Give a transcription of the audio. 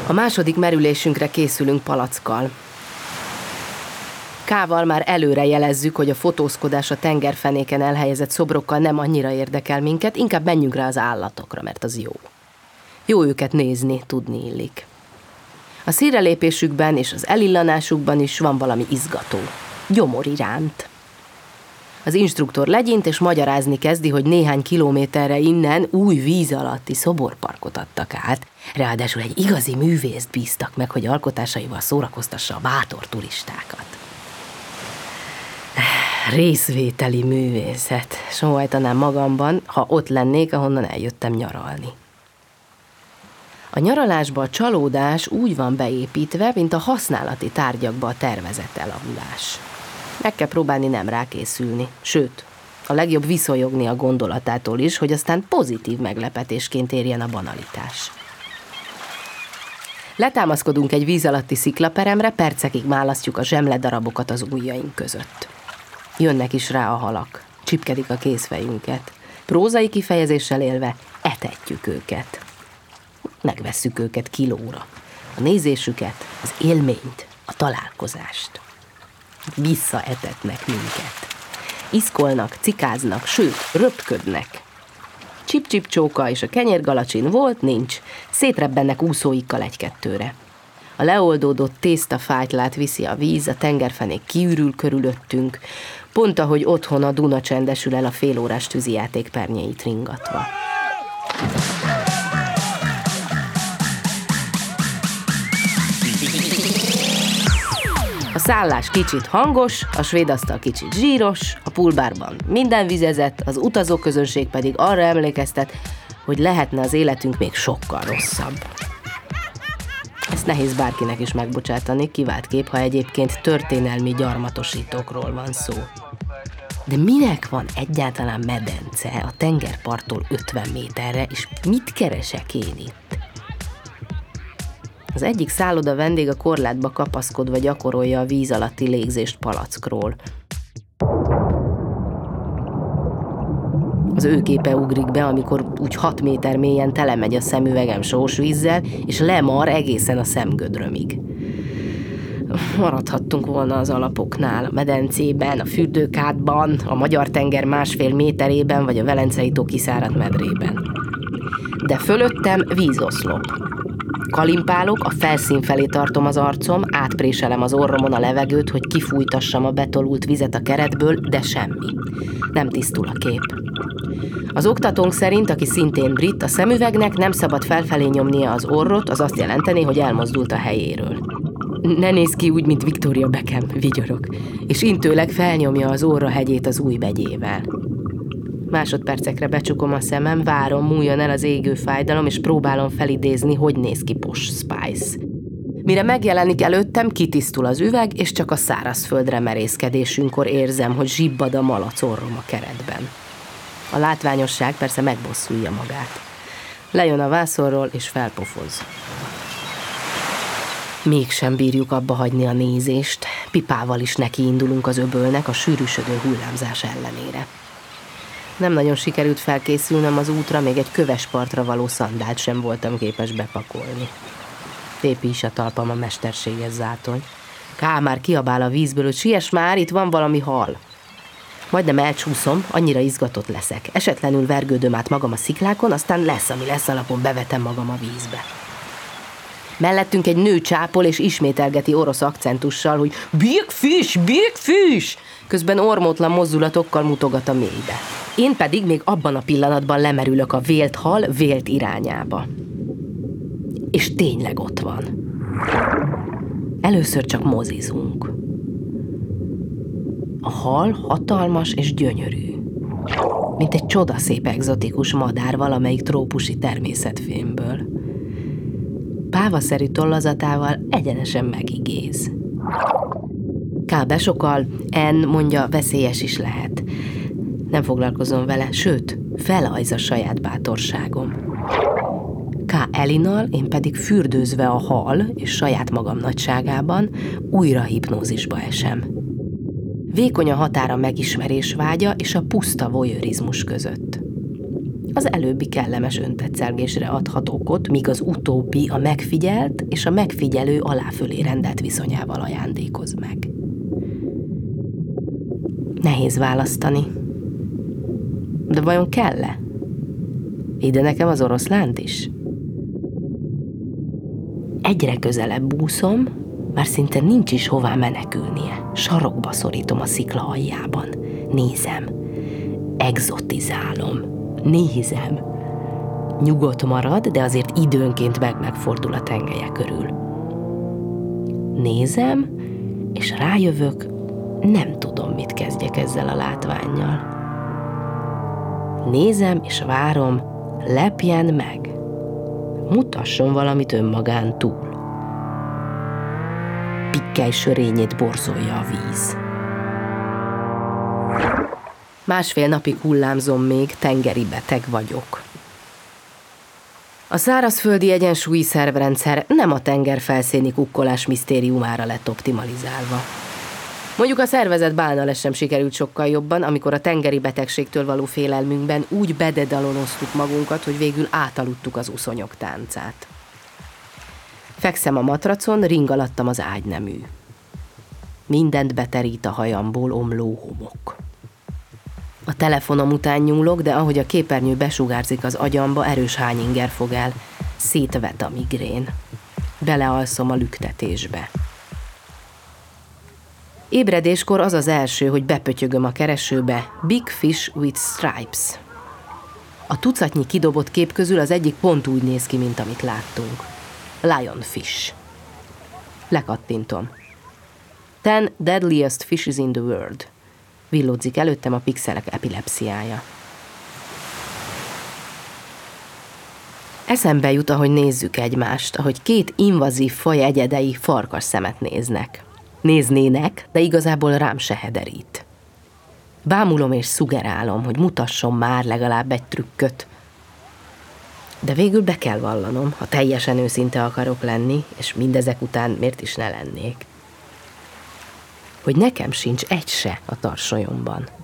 A második merülésünkre készülünk palackkal. Kával már előre jelezzük, hogy a fotózkodás a tengerfenéken elhelyezett szobrokkal nem annyira érdekel minket, inkább menjünk rá az állatokra, mert az jó. Jó őket nézni, tudni illik. A színrelépésükben és az elillanásukban is van valami izgató. Gyomor iránt. Az instruktor legyint és magyarázni kezdi, hogy néhány kilométerre innen új víz alatti szoborparkot adtak át. Ráadásul egy igazi művészt bíztak meg, hogy alkotásaival szórakoztassa a bátor turistákat. Részvételi művészet. Sóhajtanám magamban, ha ott lennék, ahonnan eljöttem nyaralni. A nyaralásba a csalódás úgy van beépítve, mint a használati tárgyakba a tervezett elavulás. Meg kell próbálni nem rákészülni, sőt, a legjobb viszonyogni a gondolatától is, hogy aztán pozitív meglepetésként érjen a banalitás. Letámaszkodunk egy víz alatti sziklaperemre, percekig málasztjuk a zsemledarabokat az ujjaink között. Jönnek is rá a halak, csipkedik a kézfejünket. Prózai kifejezéssel élve etetjük őket. Megvesszük őket kilóra. A nézésüket, az élményt, a találkozást. Visszaetetnek minket. Iszkolnak, cikáznak, sőt, röpködnek. Csip-csip csóka és a kenyérgalacsin volt, nincs. Szétrebbennek úszóikkal egy-kettőre. A leoldódott tésztafájtlát viszi a víz, a tengerfenék kiürül körülöttünk, pont ahogy otthon a Duna csendesül el a félórás tűzijáték pernyeit ringatva. A szállás kicsit hangos, a svédasztal kicsit zsíros, a pulbárban minden vizezett, az utazóközönség pedig arra emlékeztet, hogy lehetne az életünk még sokkal rosszabb. Ezt nehéz bárkinek is megbocsátani, kivált kép, ha egyébként történelmi gyarmatosítókról van szó. De minek van egyáltalán medence a tengerparttól 50 méterre, és mit keresek én itt? Az egyik szálloda vendég a korlátba kapaszkodva gyakorolja a víz alatti légzést palackról. Az ő képe ugrik be, amikor úgy 6 méter mélyen telemegy a szemüvegem sós vízzel, és lemar egészen a szemgödrömig. Maradhattunk volna az alapoknál, a medencében, a fürdőkádban, a Magyar-tenger 1,5 méterében, vagy a Velencei-tó kiszáradt medrében. De fölöttem vízoszlop. Kalimpálok, a felszín felé tartom az arcom, átpréselem az orromon a levegőt, hogy kifújtassam a betolult vizet a keretből, de semmi. Nem tisztul a kép. Az oktatónk szerint, aki szintén brit, a szemüvegnek nem szabad felfelé nyomnia az orrot, az azt jelenteni, hogy elmozdult a helyéről. Ne néz ki úgy, mint Victoria Beckham, vigyorog, és intőleg felnyomja az orra hegyét az új begyével. Másodpercekre becsukom a szemem, várom, múljon el az égő fájdalom, és próbálom felidézni, hogy néz ki Posh Spice. Mire megjelenik előttem, kitisztul az üveg, és csak a szárazföldre merészkedésünkkor érzem, hogy zsibbad a malac orrom a keretben. A látványosság persze megbosszulja magát. Lejön a vászonról, és felpofoz. Mégsem bírjuk abba hagyni a nézést, pipával is nekiindulunk az öbölnek a sűrűsödő hullámzás ellenére. Nem nagyon sikerült felkészülnöm az útra, még egy köves partra való szandált sem voltam képes bepakolni. Tépi is a talpam a mesterséges zátony. Ká már kiabál a vízből, hogy siess már, itt van valami hal. Majdnem elcsúszom, annyira izgatott leszek. Esetlenül vergődöm át magam a sziklákon, aztán lesz, ami lesz, alapon bevetem magam a vízbe. Mellettünk egy nő csápol és ismételgeti orosz akcentussal, hogy big fish, közben ormótlan mozdulatokkal mutogat a mélybe. Én pedig még abban a pillanatban lemerülök a vélt hal vélt irányába. És tényleg ott van. Először csak mozizunk. A hal hatalmas és gyönyörű. Mint egy csodaszép egzotikus madár valamelyik trópusi természetfilmből. Pávaszerű tollazatával egyenesen megigéz. K. besokal, N. mondja, veszélyes is lehet. Nem foglalkozom vele, sőt, felajz a saját bátorságom. K. elinal, én pedig fürdőzve a hal és saját magam nagyságában újra hipnózisba esem. Vékony a határ a megismerés vágya és a puszta voyeurizmus között. Az előbbi kellemes öntetszelgésre adhat okot, míg az utóbbi a megfigyelt és a megfigyelő aláfölé rendelt viszonyával ajándékoz meg. Nehéz választani. De vajon kell-e? Ide nekem az oroszlánt is? Egyre közelebb úszom, már szinte nincs is hová menekülnie. Sarokba szorítom a szikla aljában. Nézem. Egzotizálom. Nézem. Nyugodt marad, de azért időnként megfordul a tengelye körül. Nézem, és rájövök, nem tudom, mit kezdjek ezzel a látvánnyal. Nézem, és várom, lepjen meg. Mutasson valamit önmagán túl. Pikkely sörényét borzolja a víz. Másfél napig hullámzom még, tengeri beteg vagyok. A szárazföldi egyensúlyi szervrendszer nem a tengerfelszíni kukkolás misztériumára lett optimalizálva. Mondjuk a szervezet bálnales sem sikerült sokkal jobban, amikor a tengeri betegségtől való félelmünkben úgy bededalonoztuk magunkat, hogy végül átaludtuk az uszonyok táncát. Fekszem a matracon, ring alattam az ágynemű. Mindent beterít a hajamból omló homok. A telefonom után nyúlok, de ahogy a képernyő besugárzik az agyamba, erős hányinger fog el. Szétvet a migrén. Belealszom a lüktetésbe. Ébredéskor az az első, hogy bepötyögöm a keresőbe Big Fish with Stripes. A tucatnyi kidobott kép közül az egyik pont úgy néz ki, mint amit láttunk. Lionfish. Lekattintom. 10 deadliest fishes in the world. Villódzik előttem a pixelek epilepsziája. Eszembe jut, ahogy nézzük egymást, ahogy két invazív faj egyedei farkas szemet néznének, de igazából rám se hederít. Bámulom és szugerálom, hogy mutasson már legalább egy trükköt. De végül be kell vallanom, ha teljesen őszinte akarok lenni, és mindezek után miért is ne lennék. Hogy nekem sincs egy se a tarsolyomban.